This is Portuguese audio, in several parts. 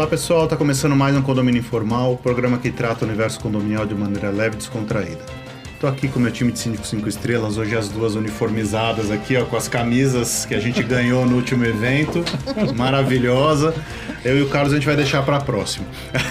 Olá pessoal, está começando mais um Condomínio Informal, o programa que trata o universo condominial de maneira leve e descontraída. Estou aqui com o meu time de Síndico 5 estrelas, hoje as duas uniformizadas aqui, ó, com as camisas que a gente ganhou no último evento, maravilhosa. Eu e o Carlos a gente vai deixar para a próxima.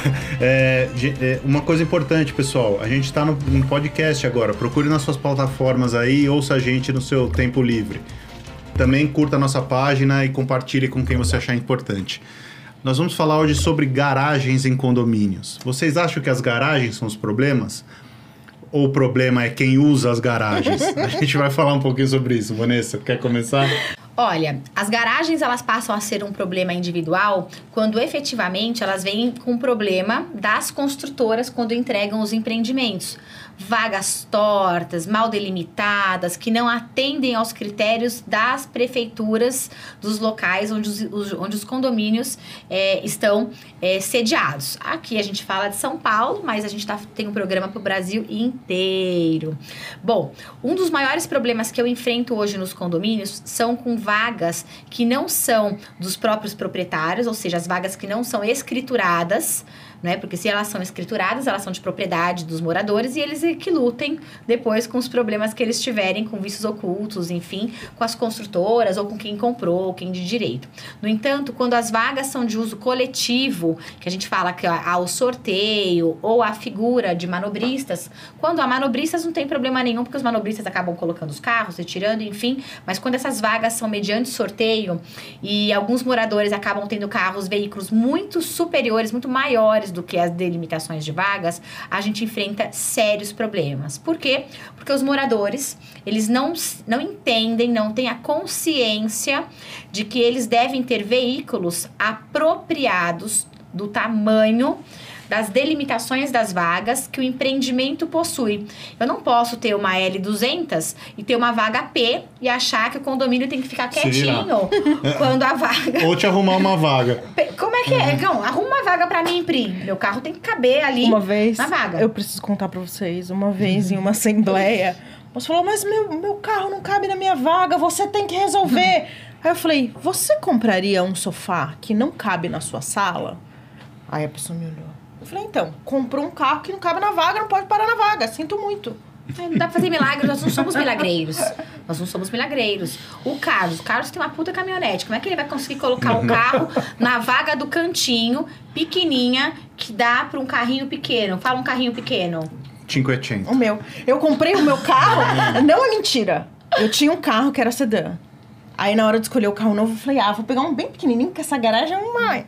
Uma coisa importante, pessoal, a gente está no podcast agora, procure nas suas plataformas aí, ouça a gente no seu tempo livre. Também curta a nossa página e compartilhe com quem você achar importante. Nós vamos falar hoje sobre garagens em condomínios. Vocês acham que as garagens são os problemas? Ou o problema é quem usa as garagens? A gente vai falar um pouquinho sobre isso. Vanessa, quer começar? Olha, as garagens elas passam a ser um problema individual quando efetivamente elas vêm com um problema das construtoras quando entregam os empreendimentos. Vagas tortas, mal delimitadas, que não atendem aos critérios das prefeituras dos locais onde os condomínios estão sediados. Aqui a gente fala de São Paulo, mas a gente tem um programa para o Brasil inteiro. Bom, um dos maiores problemas que eu enfrento hoje nos condomínios são com vagas que não são dos próprios proprietários, ou seja, as vagas que não são escrituradas, né? Porque se elas são escrituradas, elas são de propriedade dos moradores e eles que lutem depois com os problemas que eles tiverem com vícios ocultos, enfim, com as construtoras ou com quem comprou, quem de direito. No entanto, quando as vagas são de uso coletivo, que a gente fala que há o sorteio ou a figura de manobristas, quando há manobristas não tem problema nenhum, porque os manobristas acabam colocando os carros, retirando, enfim, mas quando essas vagas são mediante sorteio e alguns moradores acabam tendo veículos muito superiores, muito maiores do que as delimitações de vagas, a gente enfrenta sérios problemas. Por quê? Porque os moradores, eles não entendem, não têm a consciência de que eles devem ter veículos apropriados do tamanho das delimitações das vagas que o empreendimento possui. Eu não posso ter uma L200 e ter uma vaga P e achar que o condomínio tem que ficar quietinho quando a vaga... Ou te arrumar uma vaga. Como é que é? Não, arruma uma vaga pra mim, Pri. Meu carro tem que caber ali uma vez, na vaga. Eu preciso contar pra vocês. Uma vez em uma assembleia, você falou, mas meu carro não cabe na minha vaga, você tem que resolver. Aí eu falei, você compraria um sofá que não cabe na sua sala? Aí a pessoa me olhou. Eu falei, então, comprou um carro que não cabe na vaga, não pode parar na vaga, sinto muito. Não dá pra fazer milagres, nós não somos milagreiros. Nós não somos milagreiros. O Carlos tem uma puta caminhonete. Como é que ele vai conseguir colocar um carro na vaga do cantinho, pequenininha, que dá pra um carrinho pequeno? Fala um carrinho pequeno. 500. O meu. Eu comprei o meu carro, não é mentira. Eu tinha um carro que era sedã. Aí na hora de escolher o carro novo, eu falei, vou pegar um bem pequenininho, porque essa garagem é uma...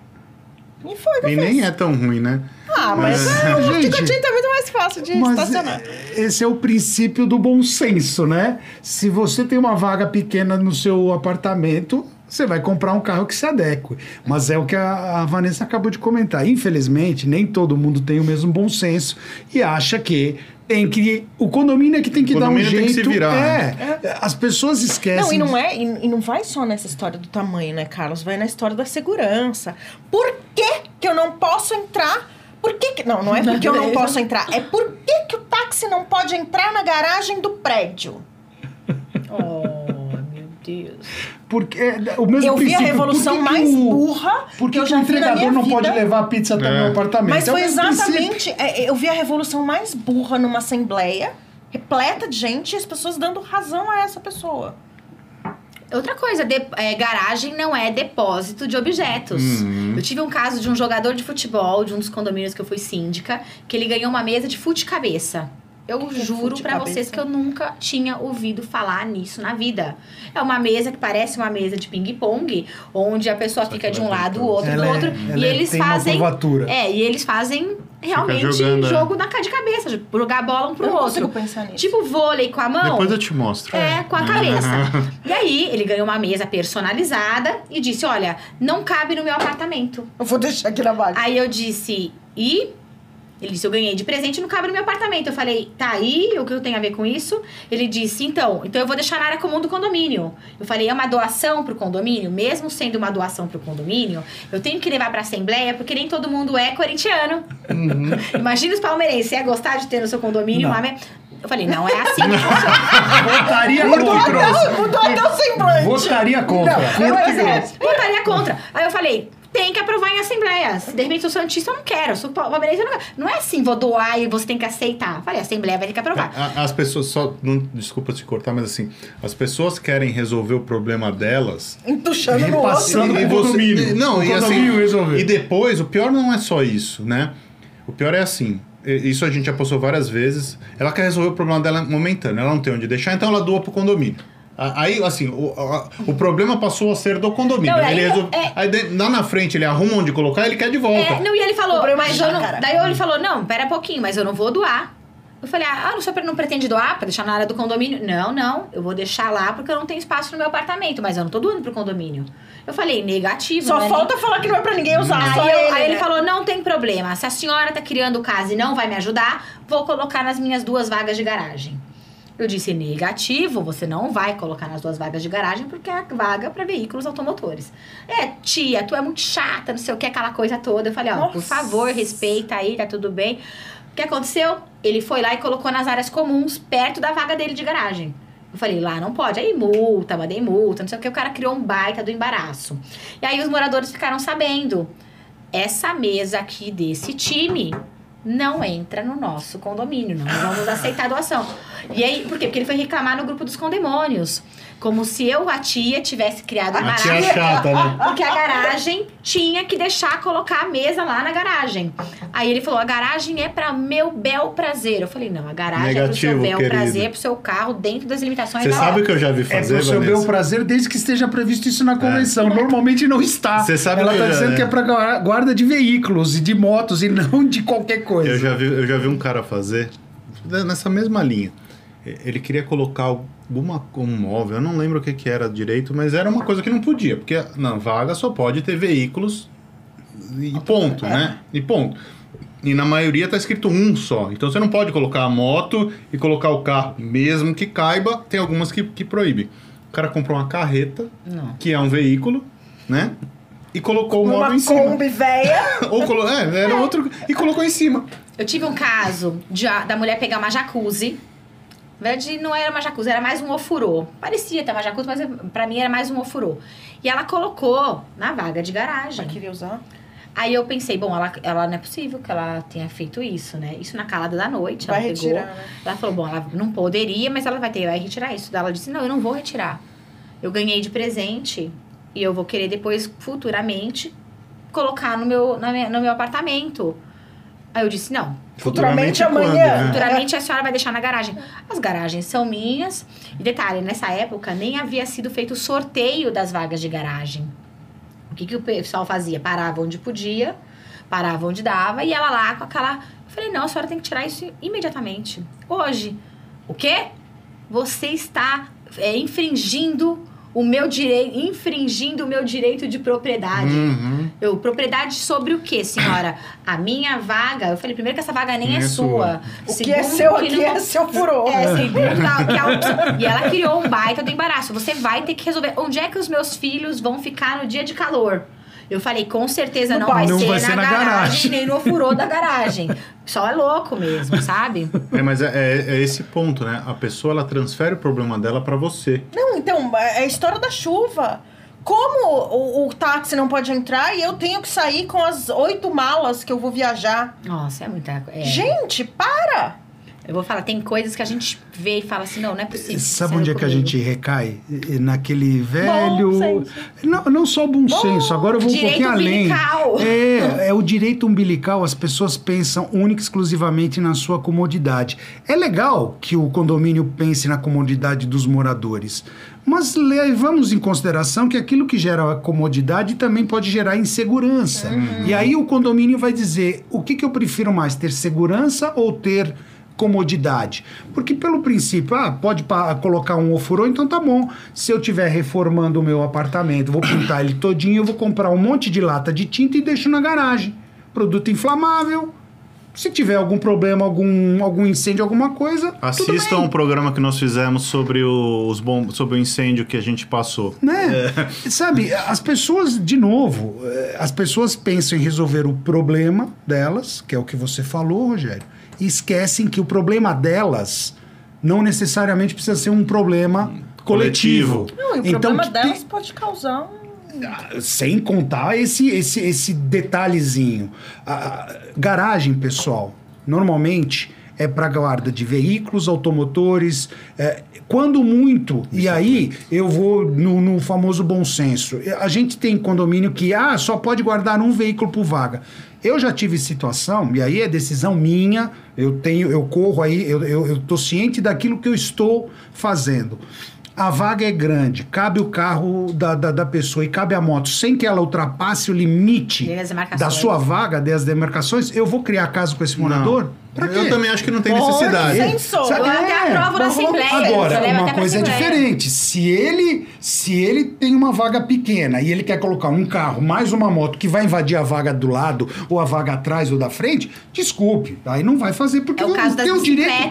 E foi que eu fiz. Nem é tão ruim, né? Mas o Ticotinho tá muito mais fácil de estacionar. Esse é o princípio do bom senso, né? Se você tem uma vaga pequena no seu apartamento, você vai comprar um carro que se adeque. Mas é o que a Vanessa acabou de comentar. Infelizmente, nem todo mundo tem o mesmo bom senso e acha que o condomínio é que tem que dar um jeito. Tem que se virar. As pessoas esquecem. E não vai só nessa história do tamanho, né, Carlos? Vai na história da segurança. Por que eu não posso entrar? Não é porque eu não posso entrar. É por que o táxi não pode entrar na garagem do prédio? Oh, meu Deus. Porque o mesmo eu vi a revolução mais burra porque que eu já vi na minha vida. O entregador não pode levar a pizza até o meu apartamento. Mas foi exatamente... eu vi a revolução mais burra numa assembleia, repleta de gente, e as pessoas dando razão a essa pessoa. Outra coisa, garagem não é depósito de objetos. Eu tive um caso de um jogador de futebol, de um dos condomínios que eu fui síndica, que ele ganhou uma mesa de fute-cabeça. Eu juro pra vocês que eu nunca tinha ouvido falar nisso na vida. É uma mesa que parece uma mesa de ping-pong, onde a pessoa fica de um lado, o outro do outro. E eles fazem... e eles fazem realmente jogo de cabeça, de jogar bola um pro outro. Eu não consigo pensar nisso. Tipo vôlei com a mão. Depois eu te mostro. Com a cabeça. E aí, ele ganhou uma mesa personalizada e disse, olha, não cabe no meu apartamento. Eu vou deixar aqui na vaga. Aí eu disse, ele disse, eu ganhei de presente e não cabe no meu apartamento. Eu falei, tá aí, o que eu tenho a ver com isso? Ele disse, então eu vou deixar na área comum do condomínio. Eu falei, é uma doação pro condomínio? Mesmo sendo uma doação pro condomínio, eu tenho que levar pra assembleia, porque nem todo mundo é corintiano. Imagina os palmeirenses, você ia gostar de ter no seu condomínio uma... Eu falei, não é assim que funciona. Votaria Mudou contra. até o semblante. Votaria contra. Votaria contra. Aí eu falei, tem que aprovar em assembleia. De repente, eu sou santista, eu não quero. Eu sou palmeirense, eu não quero. Não é assim, vou doar e você tem que aceitar. Eu falei, a assembleia vai ter que aprovar. As pessoas desculpa te cortar, mas assim, as pessoas querem resolver o problema delas. Entuchando no Repassando outro. pro condomínio. Não, O e assim, condomínio resolver. e depois, o pior não é só isso, né? O pior é assim, isso a gente já passou várias vezes, ela quer resolver o problema dela momentâneo, ela não tem onde deixar, então ela doa pro condomínio. Aí, assim, o problema passou a ser do condomínio. Não, aí lá na frente ele arruma onde colocar, ele quer de volta. Não, e ele falou, mas eu não, Chácara. daí ele falou, não, pera um pouquinho, mas eu não vou doar. Eu falei, o senhor não pretende doar pra deixar na área do condomínio? Não, eu vou deixar lá porque eu não tenho espaço no meu apartamento, mas eu não tô doando pro condomínio. Eu falei, negativo. Só né? falta falar que não é pra ninguém usar. Aí ele falou, não tem problema, se a senhora tá criando casa e não vai me ajudar, vou colocar nas minhas 2 vagas de garagem. Eu disse, negativo, você não vai colocar nas 2 vagas de garagem porque é a vaga para veículos automotores. Tia, tu é muito chata, não sei o que, aquela coisa toda. Eu falei, por favor, respeita aí, tá tudo bem. O que aconteceu? Ele foi lá e colocou nas áreas comuns, perto da vaga dele de garagem. Eu falei, lá não pode. Aí mandei multa, não sei o que. O cara criou um baita do embaraço. E aí os moradores ficaram sabendo. Essa mesa aqui desse time não entra no nosso condomínio, não vamos aceitar doação. E aí, por quê? Porque ele foi reclamar no grupo dos condemônios. Como se a tia, tivesse criado a garagem. A tia chata, né? Porque a garagem tinha que colocar a mesa lá na garagem. Aí ele falou, a garagem é para meu bel prazer. Eu falei, não, a garagem Negativo, é pro seu bel querido. prazer, pro seu carro, dentro das limitações Você da sabe lei. o que eu já vi É fazer, pro seu Vanessa? bel prazer, desde que esteja previsto isso na convenção. Normalmente não está. Você sabe Ela que está eu já- dizendo que é para guarda de veículos e de motos e não de qualquer coisa. Eu já vi um cara fazer nessa mesma linha. Ele queria colocar um móvel, eu não lembro o que era direito, mas era uma coisa que não podia, porque na vaga só pode ter veículos e ponto, né? E ponto. E na maioria tá escrito um só. Então você não pode colocar a moto e colocar o carro, mesmo que caiba, tem algumas que proíbem. O cara comprou uma carreta, que é um veículo, né? E colocou o móvel em cima. Uma Kombi velha. Era outro. E colocou em cima. Eu tive um caso da mulher pegar uma jacuzzi. Na verdade, não era uma jacuzzi, era mais um ofurô. Parecia ter uma jacuzzi, mas pra mim era mais um ofurô. E ela colocou na vaga de garagem. Mas queria usar? Aí eu pensei, bom, ela não é possível que ela tenha feito isso, né? Isso na calada da noite. Vai ela pegou. retirar, né? Ela falou, bom, ela não poderia, mas ela vai retirar isso. Daí ela disse, não, eu não vou retirar. Eu ganhei de presente e eu vou querer depois, futuramente, colocar no meu apartamento. Aí eu disse, não. Futuramente quando, amanhã. né? Futuramente a senhora vai deixar na garagem. As garagens são minhas. E detalhe, nessa época nem havia sido feito o sorteio das vagas de garagem. O que o pessoal fazia? Parava onde podia, parava onde dava, e ela lá com aquela... Eu falei, não, a senhora tem que tirar isso imediatamente. Hoje, o quê? Você está infringindo o meu direito de propriedade. Uhum. Propriedade sobre o quê, senhora? A minha vaga, eu falei, primeiro que essa vaga nem Nem é é sua. O que é seu que aqui não- é seu furô. segundo, que a opção. E ela criou um baita do embaraço. Você vai ter que resolver. Onde é que os meus filhos vão ficar no dia de calor? Eu falei, com certeza No não bairro. vai Não ser vai na ser na garagem, garagem. nem no furô da garagem. Só é louco mesmo, sabe? Mas é esse ponto, né? A pessoa, ela transfere o problema dela pra você. Não, então, é a história da chuva. Como o táxi não pode entrar e eu tenho que sair com as 8 malas que eu vou viajar? Nossa, é muita... Gente, para! Eu vou falar, tem coisas que a gente vê e fala assim, não é possível. Sabe isso onde é que a comigo. gente recai? Naquele velho... Bom senso. Não só bom senso, agora eu vou um direito pouquinho além. umbilical. É o direito umbilical, as pessoas pensam única e exclusivamente na sua comodidade. É legal que o condomínio pense na comodidade dos moradores, mas levamos em consideração que aquilo que gera comodidade também pode gerar insegurança. E aí o condomínio vai dizer, o que eu prefiro mais, ter segurança ou ter comodidade? Porque pelo princípio, pode colocar um ofurô, então tá bom. Se eu estiver reformando o meu apartamento, vou pintar ele todinho, eu vou comprar um monte de lata de tinta e deixo na garagem. Produto inflamável. Se tiver algum problema, algum incêndio, alguma coisa, tudo Assistam bem. um programa que nós fizemos sobre sobre o incêndio que a gente passou. Né? Sabe, as pessoas, de novo, as pessoas pensam em resolver o problema delas, que é o que você falou, Rogério, e esquecem que o problema delas não necessariamente precisa ser um problema coletivo. Não, e o Então, problema delas pode causar sem contar esse detalhezinho. A garagem, pessoal, normalmente é para guarda de veículos, automotores, quando muito, e aí eu vou no famoso bom senso. A gente tem condomínio que só pode guardar um veículo por vaga. Eu já tive situação, e aí é decisão minha, eu corro aí, eu tô ciente daquilo que eu estou fazendo. A vaga é grande, cabe o carro da pessoa e cabe a moto, sem que ela ultrapasse o limite da sua vaga, das demarcações, eu vou criar caso com esse morador? Eu também acho que não tem necessidade. Eu até aprovo na Assembleia. Agora, uma coisa é diferente. Se ele tem uma vaga pequena e ele quer colocar um carro mais uma moto que vai invadir a vaga do lado ou a vaga atrás ou da frente, desculpe, aí não vai fazer porque o teu direito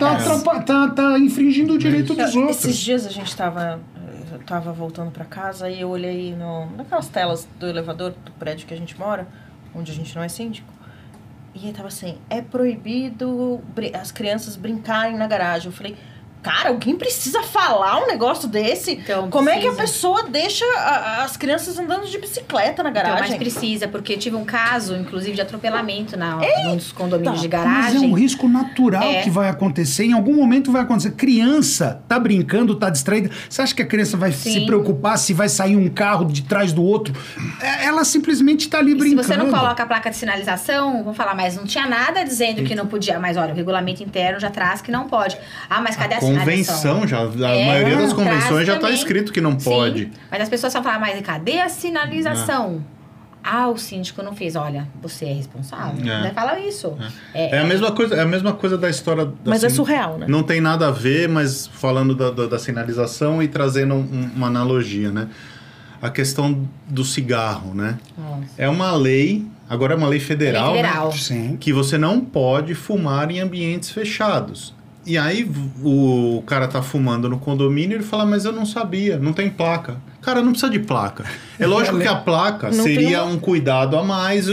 tá infringindo o direito dos outros. Esses dias a gente tava voltando pra casa e eu olhei naquelas telas do elevador do prédio que a gente mora, onde a gente não é síndico. E aí tava assim, é proibido as crianças brincarem na garagem. Eu falei, cara, alguém precisa falar um negócio desse? Então, como é que a pessoa deixa as crianças andando de bicicleta na garagem? Então, mas precisa, porque tive um caso, inclusive, de atropelamento num dos condomínios de garagem. Mas é um risco natural que vai acontecer. Em algum momento vai acontecer. Criança tá brincando, tá distraída. Você acha que a criança vai se preocupar se vai sair um carro de trás do outro? Ela simplesmente tá ali brincando. Se você não coloca a placa de sinalização, vamos falar, mas não tinha nada dizendo que não podia. Mas olha, o regulamento interno já traz que não pode. Mas cadê a sinalização? Convenção já, a maioria das convenções já está escrito que não pode. Sim, mas as pessoas vão falar, mas cadê a sinalização? O síndico não fez. Olha, você é responsável. Não fala isso. É a mesma coisa da história. Mas é surreal, né? Não tem nada a ver, mas falando da sinalização e trazendo uma analogia, né? A questão do cigarro, né? Nossa. É uma lei, agora é uma lei federal, federal. Né? Sim. Que você não pode fumar em ambientes fechados. E aí o cara tá fumando no condomínio e ele fala, mas eu não sabia, não tem placa. Cara, não precisa de placa. É lógico que a placa seria um cuidado a mais,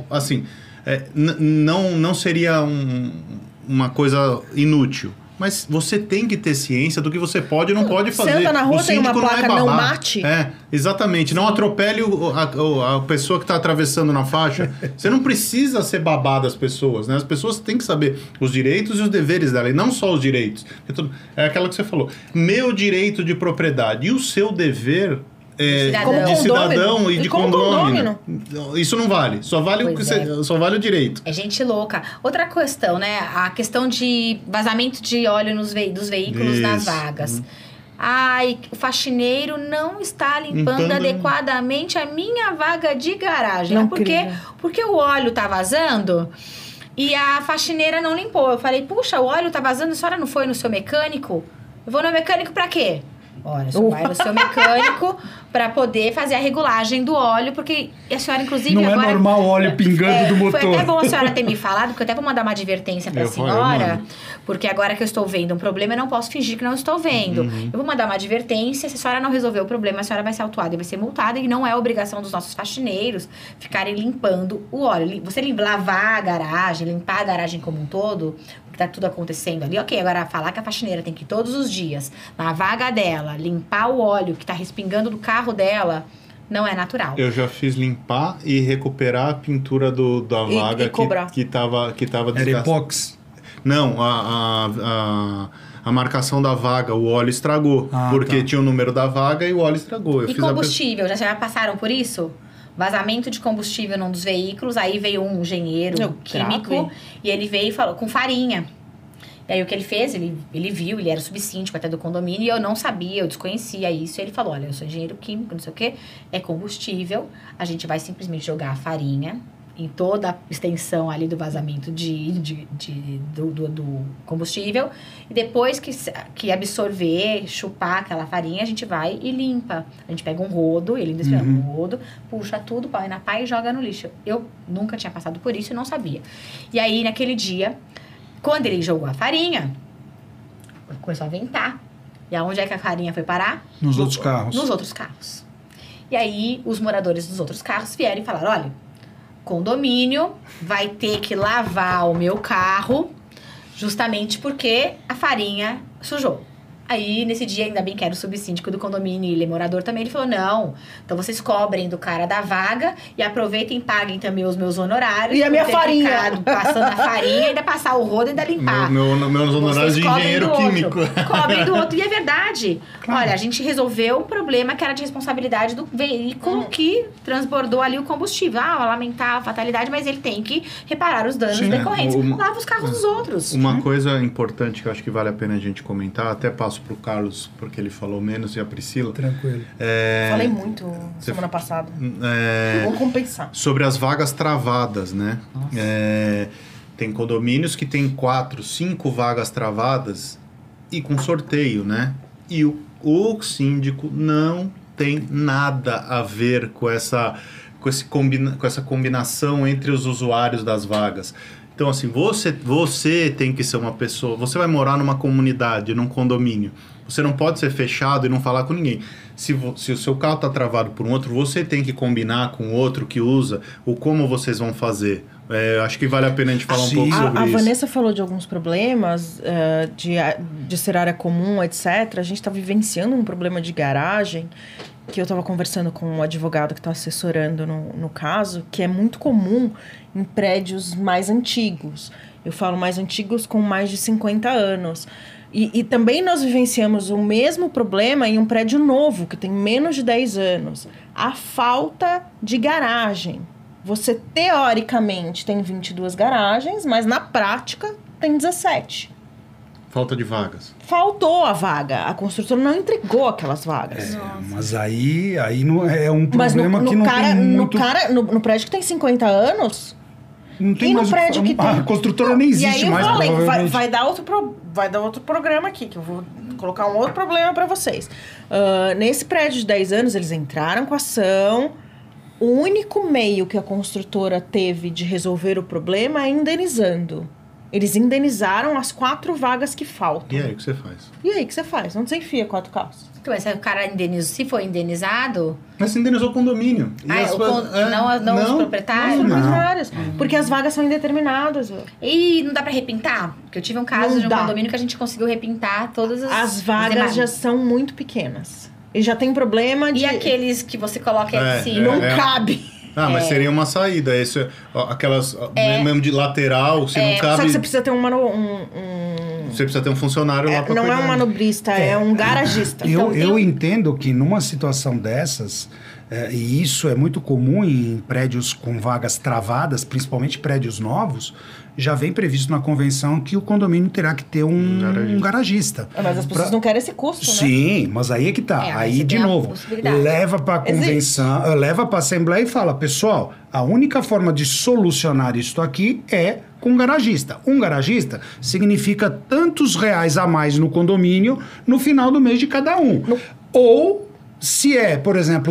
não seria uma coisa inútil. Mas você tem que ter ciência do que você pode e não pode fazer. Senta na rua, tem uma placa não mate. Exatamente. Não atropele a pessoa que está atravessando na faixa. Você não precisa ser babá das pessoas, né? As pessoas têm que saber os direitos e os deveres dela, e não só os direitos. É aquela que você falou. Meu direito de propriedade e o seu dever... de cidadão e de condômino. Isso não vale. Só vale o direito. É gente louca. Outra questão, né? A questão de vazamento de óleo dos veículos nas vagas. O faxineiro não está limpando adequadamente a minha vaga de garagem. Por quê? Porque o óleo tá vazando e a faxineira não limpou. Eu falei, puxa, o óleo tá vazando, a senhora não foi no seu mecânico? Eu vou no mecânico pra quê? Olha, você vai no seu mecânico para poder fazer a regulagem do óleo, porque a senhora, inclusive, não agora... Não é normal o óleo pingando do motor. Foi até bom a senhora ter me falado, porque eu até vou mandar uma advertência para a senhora, porque agora que eu estou vendo um problema, eu não posso fingir que não estou vendo. Eu vou mandar uma advertência, se a senhora não resolver o problema, a senhora vai ser autuada e vai ser multada, e não é obrigação dos nossos faxineiros ficarem limpando o óleo. Você lavar a garagem, limpar a garagem como um todo... tá tudo acontecendo ali, ok, agora falar que a faxineira tem que ir todos os dias na vaga dela, limpar o óleo que tá respingando do carro dela, não é natural. Eu já fiz limpar e recuperar a pintura da vaga que tava desgastada. Era epox? Não, a marcação da vaga, o óleo estragou, porque tinha o número da vaga e o óleo estragou. E combustível, já passaram por isso? Vazamento de combustível num dos veículos, aí veio um engenheiro químico e ele veio e falou com farinha. E aí o que ele fez, ele viu, ele era subsíndico até do condomínio e eu não sabia, eu desconhecia isso. E ele falou, olha, eu sou engenheiro químico, não sei o quê, é combustível, a gente vai simplesmente jogar a farinha em toda a extensão ali do vazamento do combustível. E depois que absorver, chupar aquela farinha, a gente vai e limpa. A gente pega um rodo, ele ainda um rodo, puxa tudo, põe na pá e joga no lixo. Eu nunca tinha passado por isso e não sabia. E aí, naquele dia, quando ele jogou a farinha, começou a ventar. E aonde é que a farinha foi parar? Nos outros carros. Nos outros carros. E aí, os moradores dos outros carros vieram e falaram, olha... condomínio vai ter que lavar o meu carro, Justamente porque a farinha sujou. Aí, nesse dia, ainda bem que era o subsíndico do condomínio e ele é morador também, ele falou, não, então vocês cobrem do cara da vaga e aproveitem e paguem também os meus honorários. E a minha farinha. Passando a farinha, ainda passar o rodo e ainda limpar. Meus honorários de engenheiro químico. Cobrem do outro. E é verdade. Claro. Olha, a gente resolveu um problema que era de responsabilidade do veículo que transbordou ali o combustível. Lamentar a fatalidade, mas ele tem que reparar os danos decorrentes. Lava os carros dos outros. Uma coisa importante que eu acho que vale a pena a gente comentar, até passo pro Carlos, porque ele falou menos, e a Priscila. Tranquilo. Falei muito semana passada. Vamos compensar. Sobre as vagas travadas, né? Tem condomínios que tem 4, 5 vagas travadas e com sorteio, né? E o síndico não tem nada a ver com essa combinação entre os usuários das vagas. Então, assim, você tem que ser uma pessoa... Você vai morar numa comunidade, num condomínio. Você não pode ser fechado e não falar com ninguém. Se o seu carro está travado por um outro, você tem que combinar com o outro que usa o como vocês vão fazer. Acho que vale a pena a gente falar um pouco sobre isso. A Vanessa falou de alguns problemas, de ser área comum, etc. A gente está vivenciando um problema de garagem, que eu estava conversando com um advogado que está assessorando no caso, que é muito comum em prédios mais antigos. Eu falo mais antigos com mais de 50 anos. E também nós vivenciamos o mesmo problema em um prédio novo, que tem menos de 10 anos. A falta de garagem. Você, teoricamente, tem 22 garagens, mas na prática tem 17. Falta de vagas. Faltou a vaga. A construtora não entregou aquelas vagas. Mas aí não é um problema que não tem muito... No prédio que tem 50 anos... Não tem e mais no prédio que tem... A construtora nem existe mais. E aí eu falei, vai dar outro programa aqui, que eu vou colocar um outro problema para vocês. Nesse prédio de 10 anos, eles entraram com a ação. O único meio que a construtora teve de resolver o problema é indenizando. Eles indenizaram as 4 vagas que faltam. E aí, o que você faz? E aí, o que você faz? Onde você enfia 4 carros? Então, mas se o cara se for indenizado... Mas você indenizou o condomínio. Não os proprietários? Não os proprietários. Porque as vagas são indeterminadas. E não dá pra repintar? Porque eu tive um caso de um condomínio que a gente conseguiu repintar todas as vagas já são muito pequenas. E já tem problema de... E aqueles que você coloca em cima? Não cabe. Mas seria uma saída. Aquelas mesmo de lateral, você não cabe... Só que você precisa ter Você precisa ter um funcionário lá para Não é um manobrista, é um garagista. Eu entendo que numa situação dessas, e isso é muito comum em prédios com vagas travadas, principalmente prédios novos, já vem previsto na convenção que o condomínio terá que ter um garagista. Mas as pessoas não querem esse custo, né? Sim, mas aí é que tá. Aí, de novo, leva para a convenção, leva para a Assembleia e fala, pessoal, a única forma de solucionar isso aqui é com um garagista. Um garagista significa tantos reais a mais no condomínio no final do mês de cada um. Ou... Se por exemplo,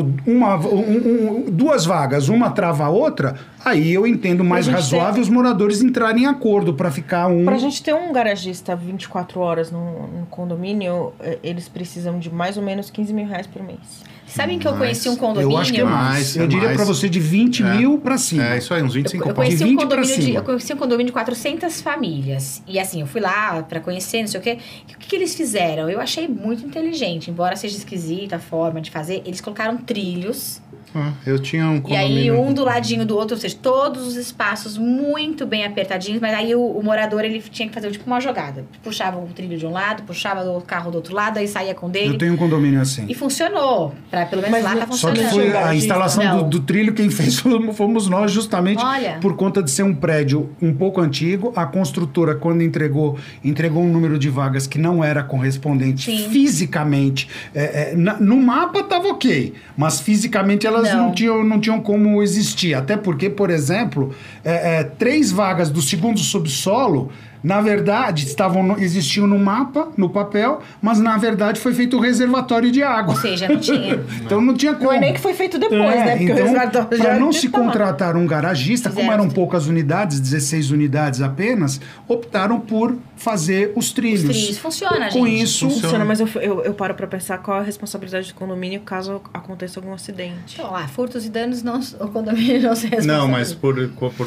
2 vagas, uma trava a outra, aí eu entendo mais razoável os moradores entrarem em acordo para ficar Pra gente ter um garagista 24 horas no condomínio, eles precisam de mais ou menos 15 mil reais por mês. Sabem que eu conheci um condomínio... Eu acho que é mais. Eu diria para você de 20 mil para cima. É isso aí, uns 25 eu conheci um condomínio de 400 famílias. E assim, eu fui lá para conhecer, não sei o quê. O que eles fizeram? Eu achei muito inteligente. Embora seja esquisita a forma de fazer, eles colocaram trilhos. Eu tinha um condomínio... E aí, um do ladinho do outro, ou seja, todos os espaços muito bem apertadinhos, mas aí o morador, ele tinha que fazer tipo uma jogada. Puxava o trilho de um lado, puxava o carro do outro lado, aí saía com o dele. Eu tenho um condomínio assim. E funcionou. Pelo menos lá tá funcionando. Só que foi a instalação do trilho, quem fez fomos nós, justamente por conta de ser um prédio um pouco antigo. A construtora, quando entregou um número de vagas que não era correspondente fisicamente. No mapa estava ok, mas fisicamente elas não tinham como existir. Até porque, por exemplo, 3 vagas do segundo subsolo, na verdade, existiam no mapa, no papel, mas na verdade foi feito o reservatório de água. Ou seja, não tinha. Então não tinha como. Não é nem que foi feito depois, né? Porque então, o reservatório para não se contratar um garagista, como eram poucas unidades, 16 unidades apenas, optaram por fazer os trilhos. Os trilhos, funciona, gente. Com isso... Funciona, mas eu paro para pensar qual é a responsabilidade do condomínio caso aconteça algum acidente. Então, furtos e danos, o condomínio não se responsabiliza. Não, mas por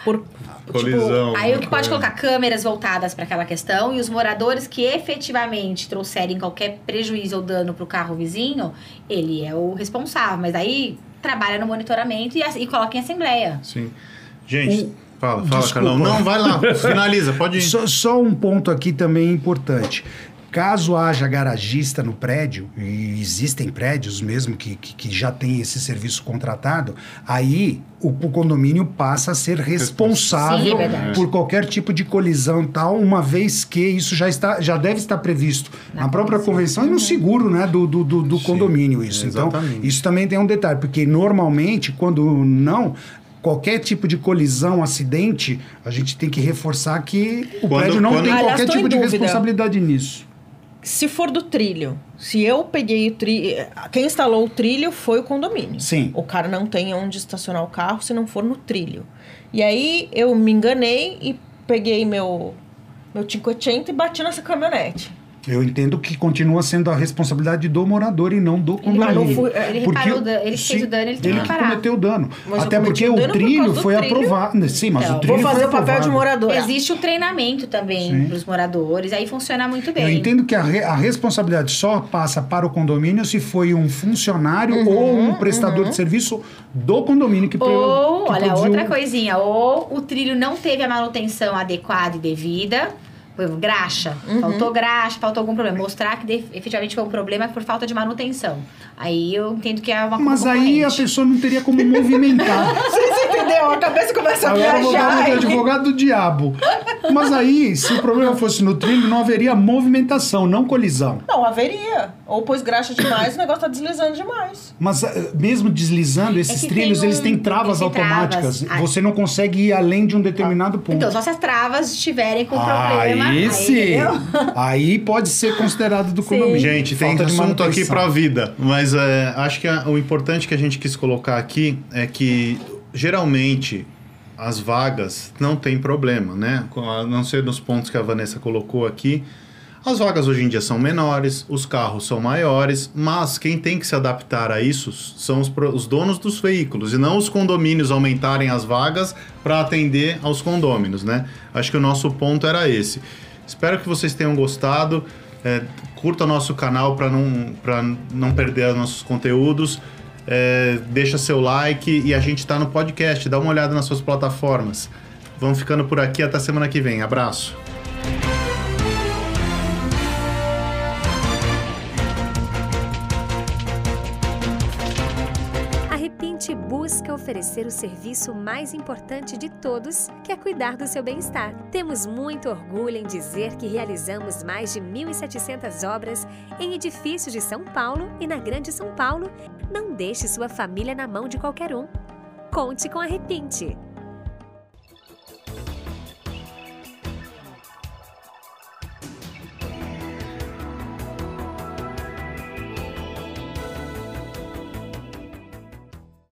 por Colisão. Aí o que pode colocar câmeras voltadas para aquela questão e os moradores que efetivamente trouxerem qualquer prejuízo ou dano para o carro vizinho, ele é o responsável. Mas aí trabalha no monitoramento e coloca em assembleia. Sim. Gente, fala, Desculpa. Carlão. Não, vai lá, finaliza, pode ir. Só um ponto aqui também importante. Caso haja garagista no prédio, e existem prédios mesmo que já tem esse serviço contratado, aí o condomínio passa a ser responsável Sim, é verdade. por qualquer tipo de colisão e tal, uma vez que isso já deve estar previsto na própria convenção e no seguro, né, do condomínio. Isso. Então, exatamente. isso também tem um detalhe, porque normalmente, quando não... Qualquer tipo de colisão, acidente, a gente tem que reforçar que o prédio não tem Aliás, qualquer tô tipo em de dúvida. responsabilidade nisso. Se for do trilho, se eu peguei o trilho... Quem instalou o trilho foi o condomínio. Sim. O cara não tem onde estacionar o carro se não for no trilho. E aí eu me enganei e peguei meu 500 e bati nessa caminhonete. Eu entendo que continua sendo a responsabilidade do morador e não do condomínio. não foi- Ele Porque reparou o dano, ele fez o dano, ele tem que Ele que reparar. cometeu o dano. Mas Até eu cometi porque o o dano por trilho causa do foi trilho. aprovado. Sim, mas Então, o trilho Vou fazer foi o papel de aprovado. morador. Existe o treinamento também Sim. para os moradores, aí funciona muito bem. Eu entendo que a responsabilidade só passa para o condomínio se foi um funcionário ou um prestador de serviço do condomínio que Ou, que olha, produziu- outra coisinha, ou o trilho não teve a manutenção adequada e devida, foi graxa, faltou graxa, faltou algum problema. Mostrar que efetivamente foi um problema por falta de manutenção. Aí eu entendo que é uma Mas aí a concorrente. pessoa não teria como movimentar. Você entendeu? A cabeça começa a Agora eu vou dar viajar. de advogado do diabo. Mas aí, se o problema fosse no trilho, não haveria movimentação, não colisão. Não, haveria. Ou pôs graxa demais, o negócio tá deslizando demais. Mas mesmo deslizando, esses que trilhos, tem eles têm travas eles têm automáticas. travas. Você não consegue ir além de um determinado ponto. Então, só se as travas estiverem com problema. Aí sim. entendeu? Aí pode ser considerado do condomínio. Gente, tem Falta de assunto aqui manutenção. pra vida, mas acho que o importante que a gente quis colocar aqui é que, geralmente, as vagas não tem problema, né? A não ser nos pontos que a Vanessa colocou aqui. As vagas hoje em dia são menores, os carros são maiores, mas quem tem que se adaptar a isso são os donos dos veículos e não os condomínios aumentarem as vagas para atender aos condôminos, né? Acho que o nosso ponto era esse. Espero que vocês tenham gostado. Curta o nosso canal para não perder os nossos conteúdos. Deixa seu like e a gente está no podcast. Dá uma olhada nas suas plataformas. Vamos ficando por aqui. Até semana que vem. Abraço. A Repinte busca oferecer o serviço mais importante de todos, que é cuidar do seu bem-estar. Temos muito orgulho em dizer que realizamos mais de 1.700 obras em edifícios de São Paulo e na Grande São Paulo. Não deixe sua família na mão de qualquer um. Conte com a Repinte.